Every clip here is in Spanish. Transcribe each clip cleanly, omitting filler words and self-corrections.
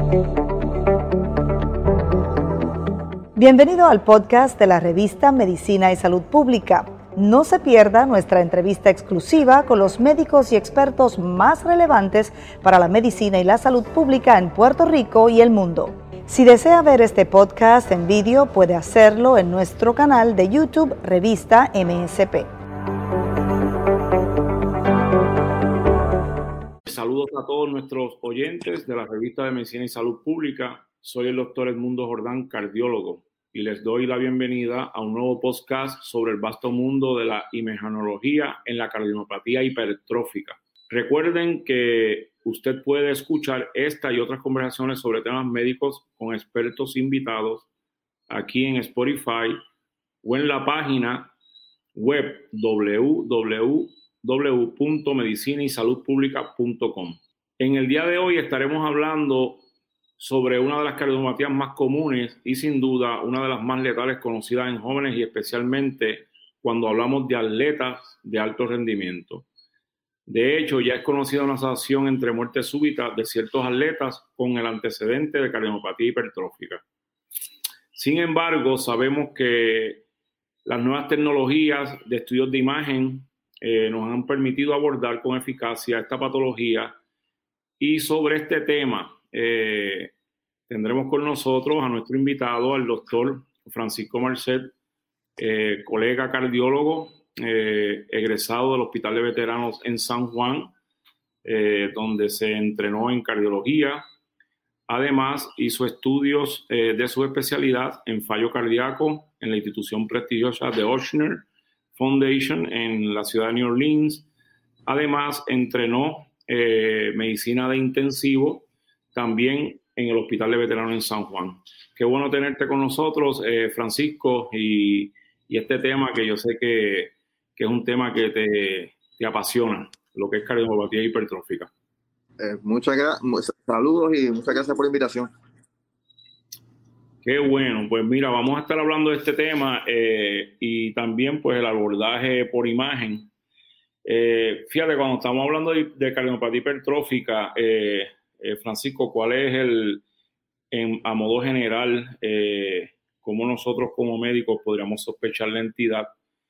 Bienvenido al podcast de la revista Medicina y Salud Pública. No se pierda nuestra entrevista exclusiva con los médicos y expertos más relevantes para la medicina y la salud pública en Puerto Rico y el mundo. Si desea ver este podcast en vídeo, puede hacerlo en nuestro canal de YouTube Revista MSP. Saludos a todos nuestros oyentes de la revista de Medicina y Salud Pública. Soy el doctor Edmundo Jordán, cardiólogo, y les doy la bienvenida a un nuevo podcast sobre el vasto mundo de la imagenología en la cardiomopatía hipertrófica. Recuerden que usted puede escuchar esta y otras conversaciones sobre temas médicos con expertos invitados aquí en Spotify o en la página web www.medicinaysaludpublica.com. En el día de hoy estaremos hablando sobre una de las cardiopatías más comunes y sin duda una de las más letales conocidas en jóvenes y especialmente cuando hablamos de atletas de alto rendimiento. De hecho, ya es conocida una asociación entre muerte súbita de ciertos atletas con el antecedente de cardiopatía hipertrófica. Sin embargo, sabemos que las nuevas tecnologías de estudios de imagen nos han permitido abordar con eficacia esta patología y sobre este tema tendremos con nosotros a nuestro invitado, al doctor Francisco Marcet, colega cardiólogo, egresado del Hospital de Veteranos en San Juan, donde se entrenó en cardiología. Además, hizo estudios de su especialidad en fallo cardíaco en la institución prestigiosa de Ochsner Foundation en la ciudad de New Orleans. Además, entrenó medicina de intensivo también en el Hospital de Veteranos en San Juan. Qué bueno tenerte con nosotros, Francisco, y este tema que yo sé que es un tema que te apasiona, lo que es cardiopatía hipertrófica. Muchas gracias, saludos y muchas gracias por la invitación. Qué bueno, pues mira, vamos a estar hablando de este tema y también pues el abordaje por imagen. Fíjate, cuando estamos hablando de cardiopatía hipertrófica, Francisco, ¿cuál es a modo general, cómo nosotros como médicos podríamos sospechar la entidad?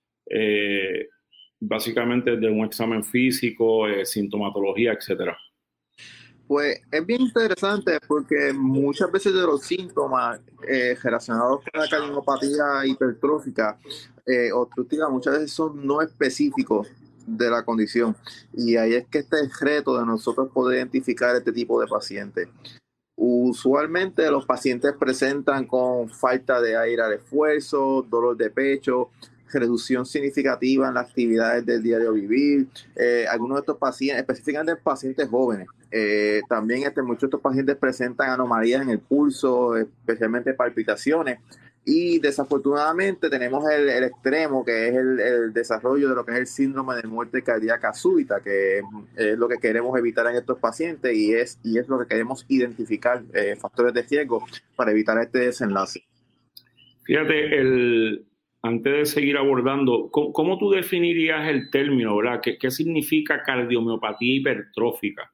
Básicamente de un examen físico, sintomatología, etcétera. Pues es bien interesante porque muchas veces de los síntomas relacionados con la cardiopatía hipertrófica obstructiva muchas veces son no específicos de la condición, y ahí es que está el reto de nosotros poder identificar este tipo de pacientes. Usualmente los pacientes presentan con falta de aire al esfuerzo, dolor de pecho, reducción significativa en las actividades del diario vivir. Algunos de estos pacientes, específicamente pacientes jóvenes, también muchos de estos pacientes presentan anomalías en el pulso, especialmente palpitaciones. Y desafortunadamente tenemos el extremo, que es el desarrollo de lo que es el síndrome de muerte cardíaca súbita, que es lo que queremos evitar en estos pacientes y es lo que queremos identificar, factores de riesgo para evitar este desenlace. Fíjate, antes de seguir abordando, ¿cómo tú definirías el término, verdad? ¿Qué significa cardiomiopatía hipertrófica?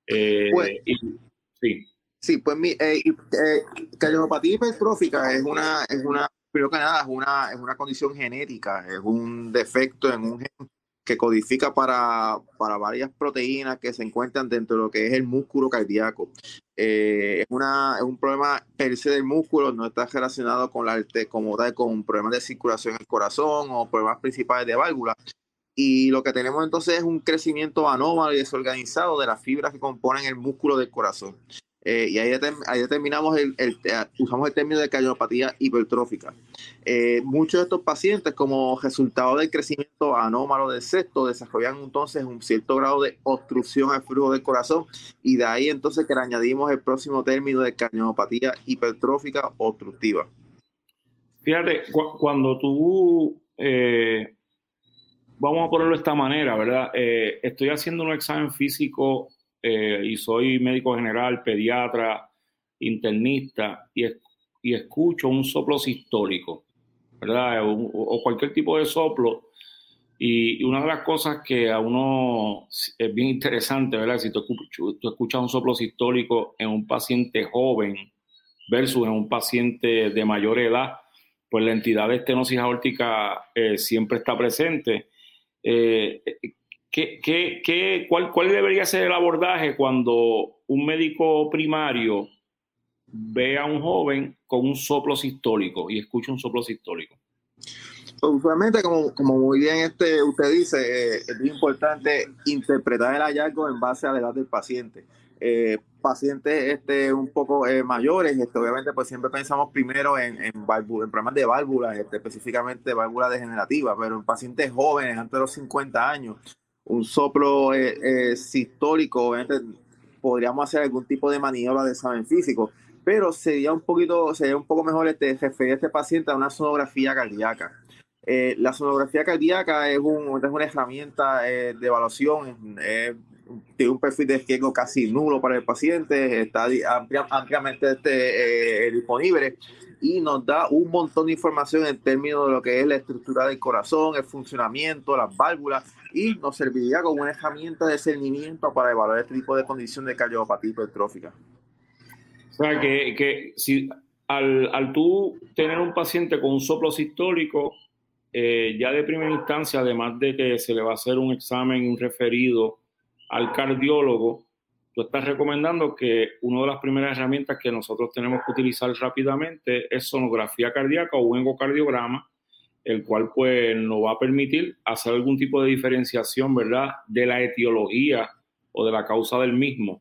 Sí. Sí, pues cardiopatía hipertrófica primero que nada, es una condición genética, es un defecto en un gen que codifica para varias proteínas que se encuentran dentro de lo que es el músculo cardíaco. Es un problema per se del músculo, no está relacionado con con problemas de circulación en el corazón o problemas principales de válvulas. Y lo que tenemos entonces es un crecimiento anómalo y desorganizado de las fibras que componen el músculo del corazón. Y ahí determinamos usamos el término de cardiopatía hipertrófica. Muchos de estos pacientes, como resultado del crecimiento anómalo del septo, desarrollan entonces un cierto grado de obstrucción al flujo del corazón, y de ahí entonces que le añadimos el próximo término de cardiopatía hipertrófica obstructiva. Fíjate, cuando tú, vamos a ponerlo de esta manera, ¿verdad? Estoy haciendo un examen físico y soy médico general, pediatra, internista, y escucho un soplo sistólico, ¿verdad? O cualquier tipo de soplo, Y una de las cosas que a uno es bien interesante, ¿verdad? Si tú escuchas un soplo sistólico en un paciente joven versus en un paciente de mayor edad, pues la entidad de estenosis aórtica siempre está presente. ¿Cuál debería ser el abordaje cuando un médico primario ve a un joven con un soplo sistólico y escucha un soplo sistólico? Usualmente, como muy bien usted dice, es muy importante interpretar el hallazgo en base a la edad del paciente. Pacientes un poco mayores, obviamente pues siempre pensamos primero en problemas de válvulas, específicamente válvulas degenerativas, pero en pacientes jóvenes, antes de los 50 años, un soplo sistólico, obviamente podríamos hacer algún tipo de maniobra de examen físico, pero sería un poco mejor referir a este paciente a una sonografía cardíaca. La sonografía cardíaca es una herramienta de evaluación, tiene un perfil de riesgo casi nulo para el paciente, está ampliamente disponible y nos da un montón de información en términos de lo que es la estructura del corazón, el funcionamiento, las válvulas, y nos serviría como una herramienta de discernimiento para evaluar este tipo de condición de cardiopatía hipertrófica. O sea, que si al tú tener un paciente con un soplo sistólico, ya de primera instancia, además de que se le va a hacer un examen, un referido al cardiólogo, tú estás recomendando que una de las primeras herramientas que nosotros tenemos que utilizar rápidamente es sonografía cardíaca o un ecocardiograma, el cual pues nos va a permitir hacer algún tipo de diferenciación, ¿verdad?, de la etiología o de la causa del mismo.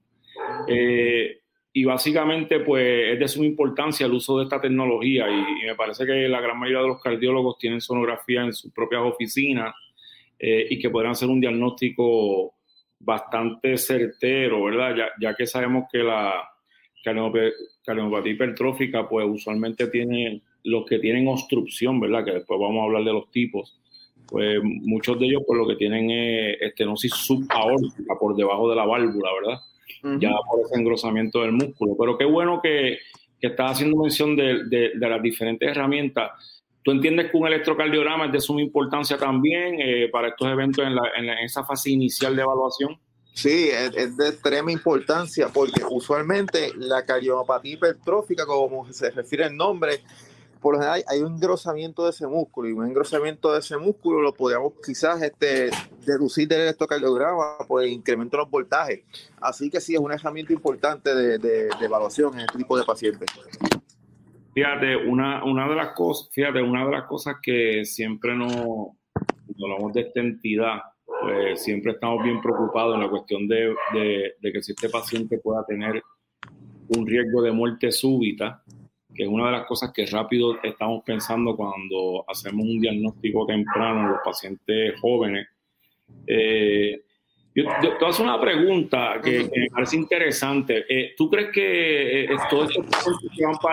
Y básicamente pues es de suma importancia el uso de esta tecnología y me parece que la gran mayoría de los cardiólogos tienen sonografía en sus propias oficinas y que podrán hacer un diagnóstico bastante certero, ¿verdad? Ya que sabemos que la cardiopatía hipertrófica pues usualmente tiene los que tienen obstrucción, ¿verdad? Que después vamos a hablar de los tipos. Pues muchos de ellos pues lo que tienen es estenosis subaórtica por debajo de la válvula, ¿verdad? Ya por ese engrosamiento del músculo. Pero qué bueno que estás haciendo mención de las diferentes herramientas. ¿Tú entiendes que un electrocardiograma es de suma importancia también para estos eventos en esa fase inicial de evaluación? Sí, es de extrema importancia porque usualmente la cardiopatía hipertrófica, como se refiere el nombre, por lo general hay un engrosamiento de ese músculo, y un engrosamiento de ese músculo lo podríamos quizás deducir del electrocardiograma por el incremento de los voltajes. Así que sí, es una herramienta importante de evaluación en este tipo de pacientes. Fíjate, una de las cosas que siempre cuando hablamos de esta entidad, pues siempre estamos bien preocupados en la cuestión de que si este paciente pueda tener un riesgo de muerte súbita, que es una de las cosas que rápido estamos pensando cuando hacemos un diagnóstico temprano en los pacientes jóvenes. Yo te voy a hacer una pregunta que me parece interesante. ¿Tú crees que todos estos pacientes que van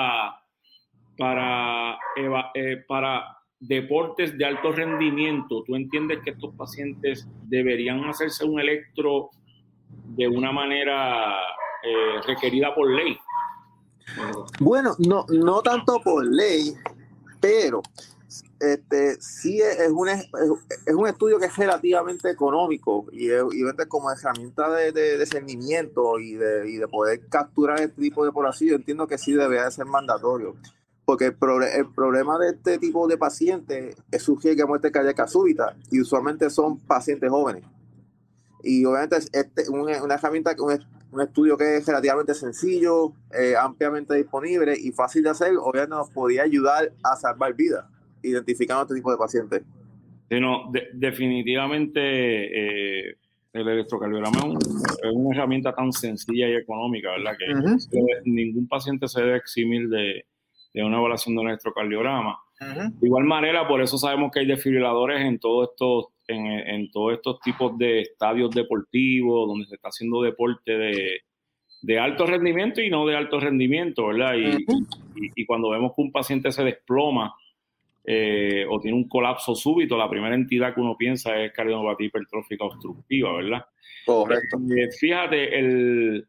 para deportes de alto rendimiento, tú entiendes que estos pacientes deberían hacerse un electro de una manera requerida por ley? Bueno, no tanto por ley, pero sí es un estudio que es relativamente económico y como herramienta de discernimiento y de poder capturar este tipo de población. Yo entiendo que sí debería de ser mandatorio, porque el problema de este tipo de pacientes es su riesgo de muerte cardíaca súbita, y usualmente son pacientes jóvenes. Y obviamente es una herramienta, un estudio que es relativamente sencillo, ampliamente disponible y fácil de hacer. Obviamente nos podría ayudar a salvar vidas identificando este tipo de pacientes. Sí, no, definitivamente el electrocardiograma es una herramienta tan sencilla y económica, ¿verdad? Que ningún paciente se debe eximir de una evaluación de un electrocardiograma. De igual manera, por eso sabemos que hay desfibriladores en todos estos tipos de estadios deportivos donde se está haciendo deporte de alto rendimiento y no de alto rendimiento, ¿verdad? Y cuando vemos que un paciente se desploma o tiene un colapso súbito, la primera entidad que uno piensa es cardiopatía hipertrófica obstructiva, ¿verdad? Correcto. Fíjate, el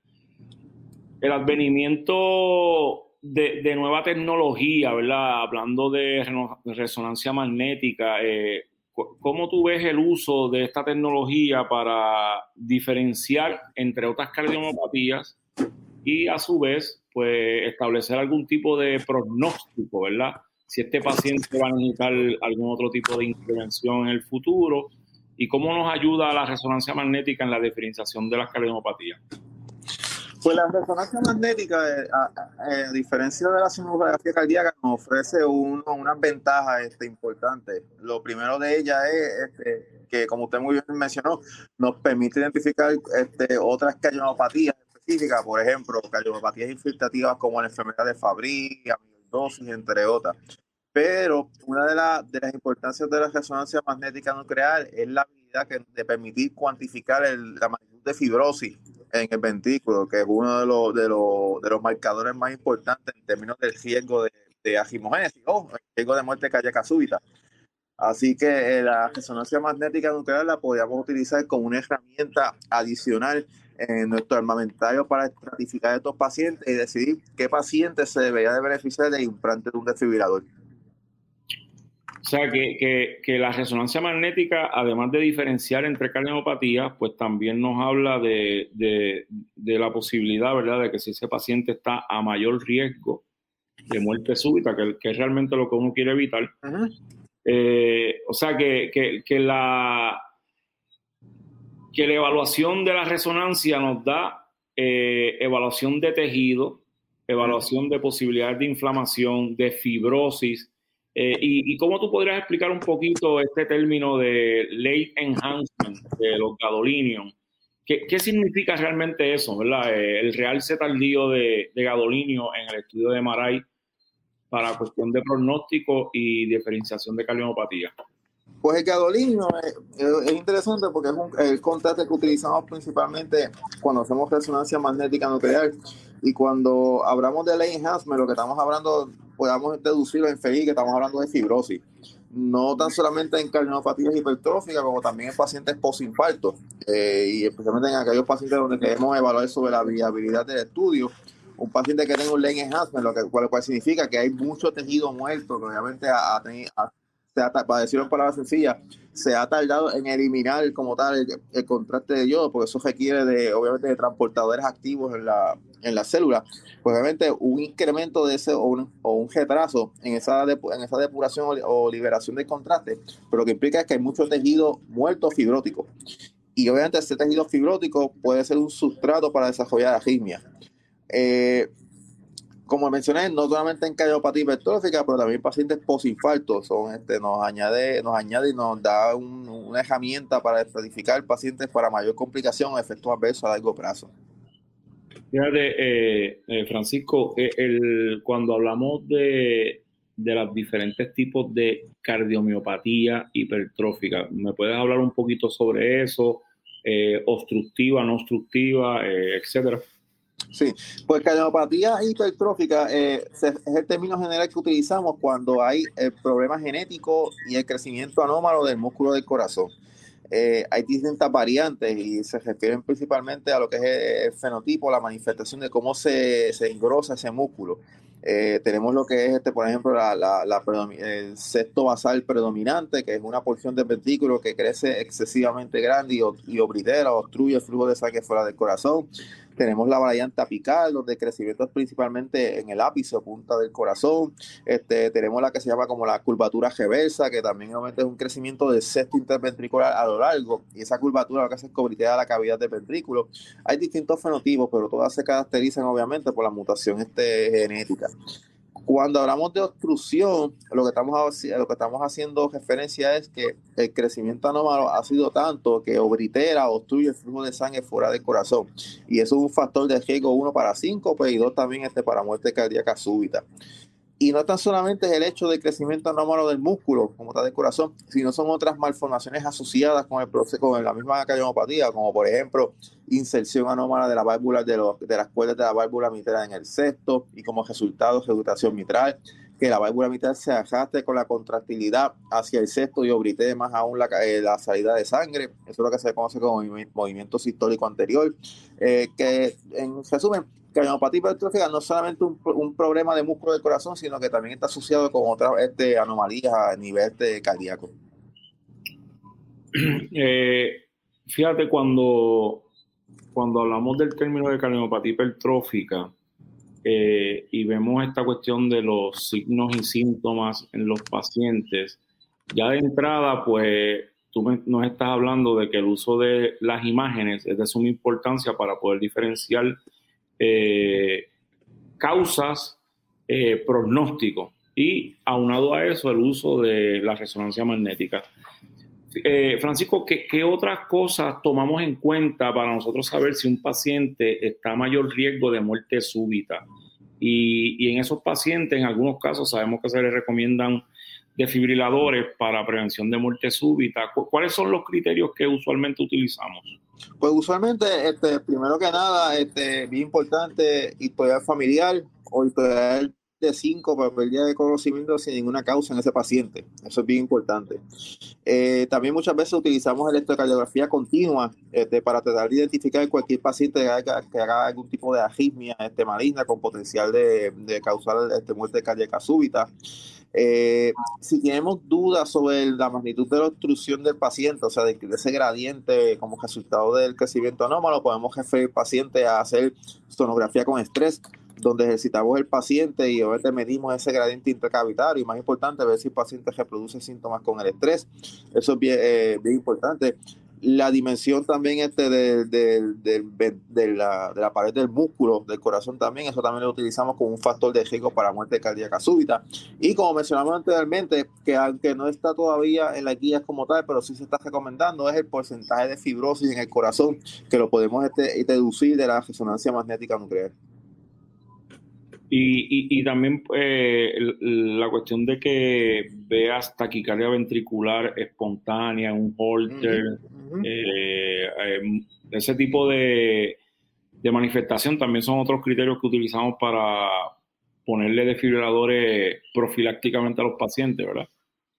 advenimiento de nueva tecnología, ¿verdad? Hablando de resonancia magnética, ¿cómo tú ves el uso de esta tecnología para diferenciar entre otras cardiomiopatías y a su vez, pues establecer algún tipo de pronóstico, ¿verdad? Si este paciente va a necesitar algún otro tipo de intervención en el futuro y cómo nos ayuda la resonancia magnética en la diferenciación de las cardiomiopatías. Pues la resonancia magnética, a diferencia de la sonografía cardíaca, nos ofrece unas ventajas importantes. Lo primero de ellas es que, como usted muy bien mencionó, nos permite identificar otras cardiomiopatías específicas, por ejemplo, cardiomiopatías infiltrativas como la enfermedad de Fabry, amiloidosis, entre otras. Pero una de las importancias de la resonancia magnética nuclear es la habilidad de permitir cuantificar la magnitud de fibrosis en el ventrículo, que es uno de los marcadores más importantes en términos del riesgo de angimogénesis o el riesgo de muerte cardíaca súbita. Así que la resonancia magnética nuclear la podríamos utilizar como una herramienta adicional en nuestro armamentario para estratificar a estos pacientes y decidir qué paciente se debería de beneficiar del implante de un desfibrilador. O sea, que la resonancia magnética, además de diferenciar entre cardiomiopatías, pues también nos habla de la posibilidad, ¿verdad?, de que si ese paciente está a mayor riesgo de muerte súbita, que es realmente lo que uno quiere evitar. Uh-huh. O sea, que la evaluación de la resonancia nos da evaluación de tejido, evaluación de posibilidades de inflamación, de fibrosis. ¿Y cómo tú podrías explicar un poquito este término de late enhancement de los gadolinium? ¿Qué significa realmente eso, verdad? El realce tardío de gadolinio en el estudio de MRI para cuestión de pronóstico y diferenciación de cardiomiopatías. Pues el gadolinio es interesante porque es el contraste que utilizamos principalmente cuando hacemos resonancia magnética nuclear, y cuando hablamos de late enhancement, lo que estamos hablando, podamos deducirlo, inferir que estamos hablando de fibrosis, no tan solamente en cardiomiopatías hipertróficas, como también en pacientes postinfartos, y especialmente en aquellos pacientes donde queremos evaluar sobre la viabilidad del estudio. Un paciente que tenga un late enhancement, lo cual significa que hay mucho tejido muerto, que obviamente para decirlo en palabras sencillas, se ha tardado en eliminar como tal el contraste de yodo, porque eso requiere obviamente de transportadores activos en la célula. Pues obviamente un incremento de ese o un retraso en esa depuración o liberación del contraste, pero lo que implica es que hay mucho tejido muerto fibrótico. Y obviamente ese tejido fibrótico puede ser un sustrato para desarrollar arritmia. Como mencioné, no solamente en cardiopatía hipertrófica, pero también pacientes postinfartos nos añade y nos da una herramienta para estratificar pacientes para mayor complicación o efectos adversos a largo plazo. Fíjate, Francisco, cuando hablamos de los diferentes tipos de cardiomiopatía hipertrófica, ¿me puedes hablar un poquito sobre eso? Obstructiva, no obstructiva, etcétera. Sí, pues cardiomiopatia hipertrófica es el término general que utilizamos cuando hay problemas genéticos y el crecimiento anómalo del músculo del corazón. Hay distintas variantes y se refieren principalmente a lo que es el fenotipo, la manifestación de cómo se engrosa ese músculo. Tenemos lo que es, por ejemplo, el septo basal predominante, que es una porción del ventrículo que crece excesivamente grande y obritera, obstruye el flujo de sangre fuera del corazón. Tenemos la variante apical, donde el crecimiento es principalmente en el ápice o punta del corazón. Tenemos la que se llama como la curvatura reversa, que también obviamente es un crecimiento del septo interventricular a lo largo, y esa curvatura lo que hace es cobritea la cavidad del ventrículo. Hay distintos fenotipos, pero todas se caracterizan obviamente por la mutación genética. Cuando hablamos de obstrucción, lo que estamos haciendo referencia es que el crecimiento anómalo ha sido tanto que obritera, obstruye el flujo de sangre fuera del corazón. Y eso es un factor de riesgo 1 para 5, y 2 también para muerte cardíaca súbita. Y no tan solamente es el hecho del crecimiento anómalo del músculo, como tal del corazón, sino son otras malformaciones asociadas con el proceso, con la misma cardiomopatía, como por ejemplo inserción anómala de la válvula de las cuerdas de la válvula mitral en el septo, y como resultado regurgitación mitral, que la válvula mitral se arrastre con la contractilidad hacia el septo y obritee más aún la salida de sangre. Eso es lo que se conoce como movimiento sistólico anterior, que en resumen, cardiomopatía hipertrófica no es solamente un problema de músculo del corazón, sino que también está asociado con otras anomalías a nivel cardíaco. Fíjate, cuando hablamos del término de cardiomopatía hipertrófica y vemos esta cuestión de los signos y síntomas en los pacientes, ya de entrada, pues nos estás hablando de que el uso de las imágenes es de suma importancia para poder diferenciar causas, pronósticos, y aunado a eso el uso de la resonancia magnética. Francisco, ¿qué otras cosas tomamos en cuenta para nosotros saber si un paciente está a mayor riesgo de muerte súbita? Y en esos pacientes, en algunos casos, sabemos que se les recomiendan desfibriladores para prevención de muerte súbita. ¿Cuáles son los criterios que usualmente utilizamos? Pues usualmente, primero que nada, bien importante, historial familiar o historial de 5 para pérdida de conocimiento sin ninguna causa en ese paciente. Eso es bien importante. También muchas veces utilizamos electrocardiografía continua para tratar de identificar cualquier paciente que haga algún tipo de arritmia maligna con potencial de causar muerte cardíaca súbita. Si tenemos dudas sobre la magnitud de la obstrucción del paciente, o sea, de ese gradiente como resultado del crecimiento anómalo, podemos referir al paciente a hacer sonografía con estrés, donde ejercitamos el paciente y obviamente medimos ese gradiente intracavitario, y más importante, ver si el paciente reproduce síntomas con el estrés. Eso es bien importante. La dimensión también de la pared del músculo del corazón también, eso también lo utilizamos como un factor de riesgo para muerte cardíaca súbita. Y como mencionamos anteriormente, que aunque no está todavía en las guías como tal, pero sí se está recomendando, es el porcentaje de fibrosis en el corazón, que lo podemos deducir de la resonancia magnética nuclear. Y también la cuestión de que veas taquicardia ventricular espontánea, un holter, ese tipo de manifestación también son otros criterios que utilizamos para ponerle desfibriladores profilácticamente a los pacientes, ¿verdad?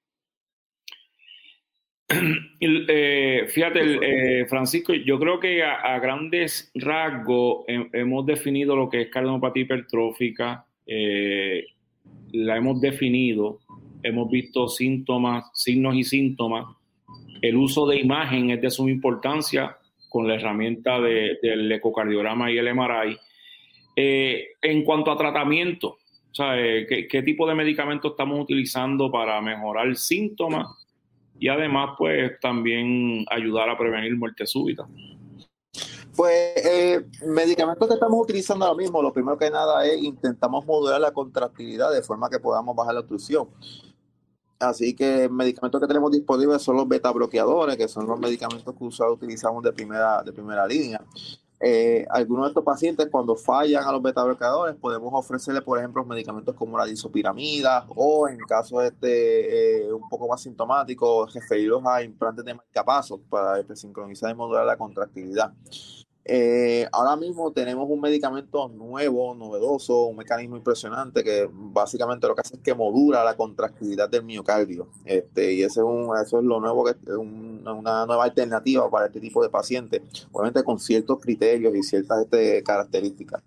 Fíjate, Francisco, yo creo que a grandes rasgos hemos definido lo que es cardiomopatía hipertrófica, la hemos definido, hemos visto síntomas, signos y síntomas. El uso de imagen es de suma importancia con la herramienta del ecocardiograma y el MRI. En cuanto a tratamiento, ¿sabes? ¿Qué tipo de medicamentos estamos utilizando para mejorar síntomas? Y además, pues, también ayudar a prevenir muerte súbita. Pues medicamentos que estamos utilizando ahora mismo, lo primero que nada es intentamos modular la contractilidad de forma que podamos bajar la obstrucción. Así que medicamentos que tenemos disponibles son los beta bloqueadores, que son los medicamentos que utilizamos de primera línea. Algunos de estos pacientes, cuando fallan a los beta bloqueadores, podemos ofrecerles, por ejemplo, medicamentos como la disopiramida, o en casos un poco más sintomáticos, referirlos a implantes de marcapasos para sincronizar y modular la contractilidad. Ahora mismo tenemos un medicamento nuevo, novedoso, un mecanismo impresionante que básicamente lo que hace es que modula la contractilidad del miocardio. Y eso es lo nuevo, que es una nueva alternativa para este tipo de pacientes, obviamente con ciertos criterios y ciertas características.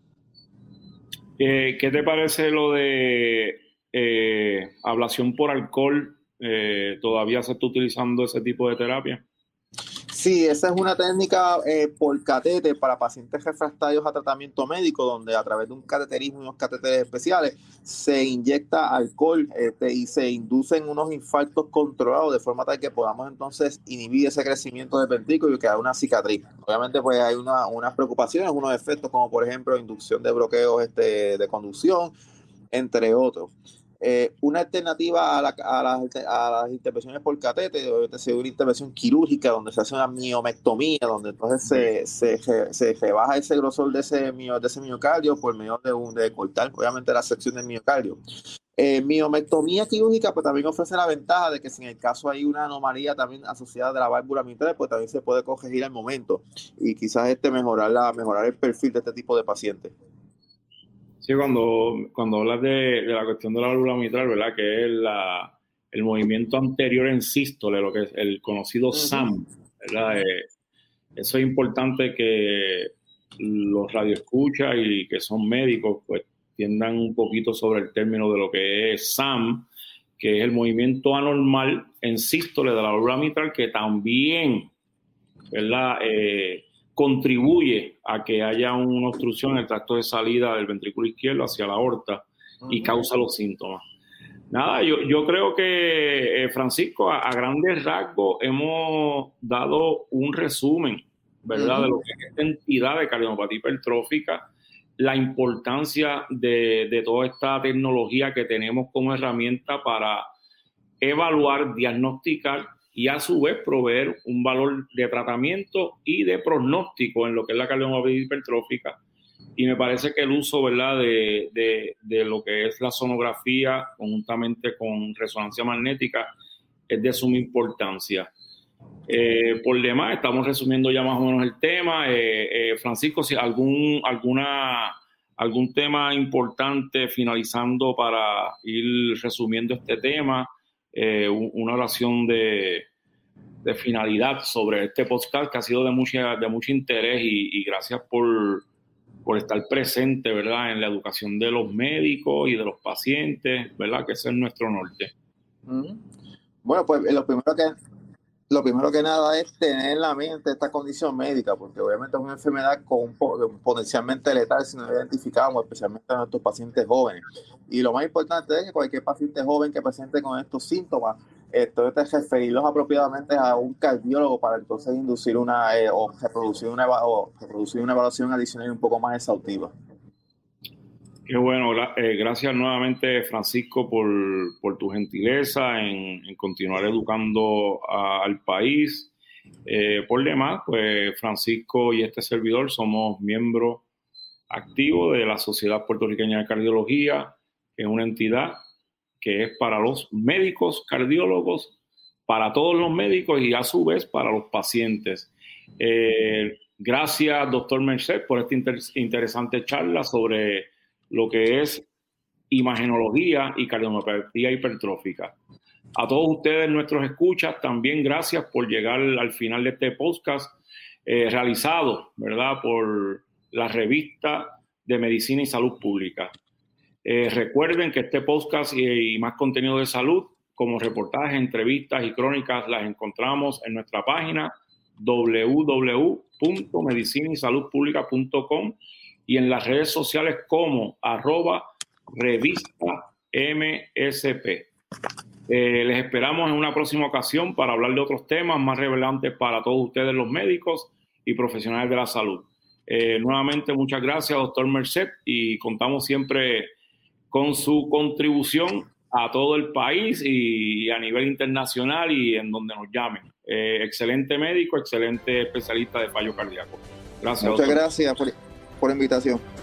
¿Qué te parece lo de ablación por alcohol? ¿Todavía se está utilizando ese tipo de terapia? Sí, esa es una técnica por catéter para pacientes refractarios a tratamiento médico, donde a través de un cateterismo y unos catéteres especiales se inyecta alcohol y se inducen unos infartos controlados de forma tal que podamos entonces inhibir ese crecimiento del ventrículo y quedar una cicatriz. Obviamente pues hay unas preocupaciones, unos efectos como por ejemplo inducción de bloqueos de conducción, entre otros. Una alternativa a las intervenciones por catéter es una intervención quirúrgica donde se hace una miomectomía, donde entonces se rebaja ese grosor de ese miocardio por medio de cortar obviamente la sección del miocardio. Miomectomía quirúrgica pues también ofrece la ventaja de que si en el caso hay una anomalía también asociada de la válvula mitral, pues también se puede corregir al momento y quizás mejorar el perfil de este tipo de pacientes. Sí, cuando hablas de la cuestión de la válvula mitral, ¿verdad? Que es el movimiento anterior en sístole, lo que es el conocido SAM, ¿verdad? Eso es importante que los radioescuchas y que son médicos, pues tiendan un poquito sobre el término de lo que es SAM que es el movimiento anormal en sístole de la válvula mitral, que también, ¿verdad?, contribuye a que haya una obstrucción en el tracto de salida del ventrículo izquierdo hacia la aorta y causa los síntomas. Nada, yo creo que, Francisco, a grandes rasgos hemos dado un resumen, ¿verdad?, de lo que es esta entidad de cardiomopatía hipertrófica, la importancia de toda esta tecnología que tenemos como herramienta para evaluar, diagnosticar y a su vez proveer un valor de tratamiento y de pronóstico en lo que es la cardiomopatía hipertrófica. Y me parece que el uso, ¿verdad?, de lo que es la sonografía conjuntamente con resonancia magnética es de suma importancia. Por demás, estamos resumiendo ya más o menos el tema. Francisco, si algún tema importante finalizando para ir resumiendo este tema, una oración de finalidad sobre este podcast que ha sido de mucho interés y gracias por estar presente, ¿verdad?, en la educación de los médicos y de los pacientes, ¿verdad?, que ese es nuestro norte. Bueno, pues lo primero que nada es tener en la mente esta condición médica, porque obviamente es una enfermedad potencialmente letal si no la identificamos, especialmente en nuestros pacientes jóvenes. Y lo más importante es que cualquier paciente joven que presente con estos síntomas, entonces referirlos apropiadamente a un cardiólogo para entonces inducir o reproducir una evaluación adicional un poco más exhaustiva. Qué bueno, gracias nuevamente, Francisco, por tu gentileza en continuar educando al país. Por demás, pues Francisco y este servidor somos miembros activos de la Sociedad Puertorriqueña de Cardiología, que es una entidad que es para los médicos cardiólogos, para todos los médicos y a su vez para los pacientes. Gracias, doctor Merced, por esta interesante charla sobre lo que es imagenología y cardiomopatía hipertrófica. A todos ustedes, nuestros escuchas, también gracias por llegar al final de este podcast realizado, ¿verdad?, por la Revista de Medicina y Salud Pública. Recuerden que este podcast y más contenido de salud, como reportajes, entrevistas y crónicas, las encontramos en nuestra página www.medicinaysaludpublica.com y en las redes sociales como @revista MSP. Les esperamos en una próxima ocasión para hablar de otros temas más relevantes para todos ustedes, los médicos y profesionales de la salud. Nuevamente, muchas gracias, doctor Merced, y contamos siempre con su contribución a todo el país y a nivel internacional y en donde nos llamen. Excelente médico, excelente especialista de fallo cardíaco. Gracias, muchas doctor. Gracias por la invitación.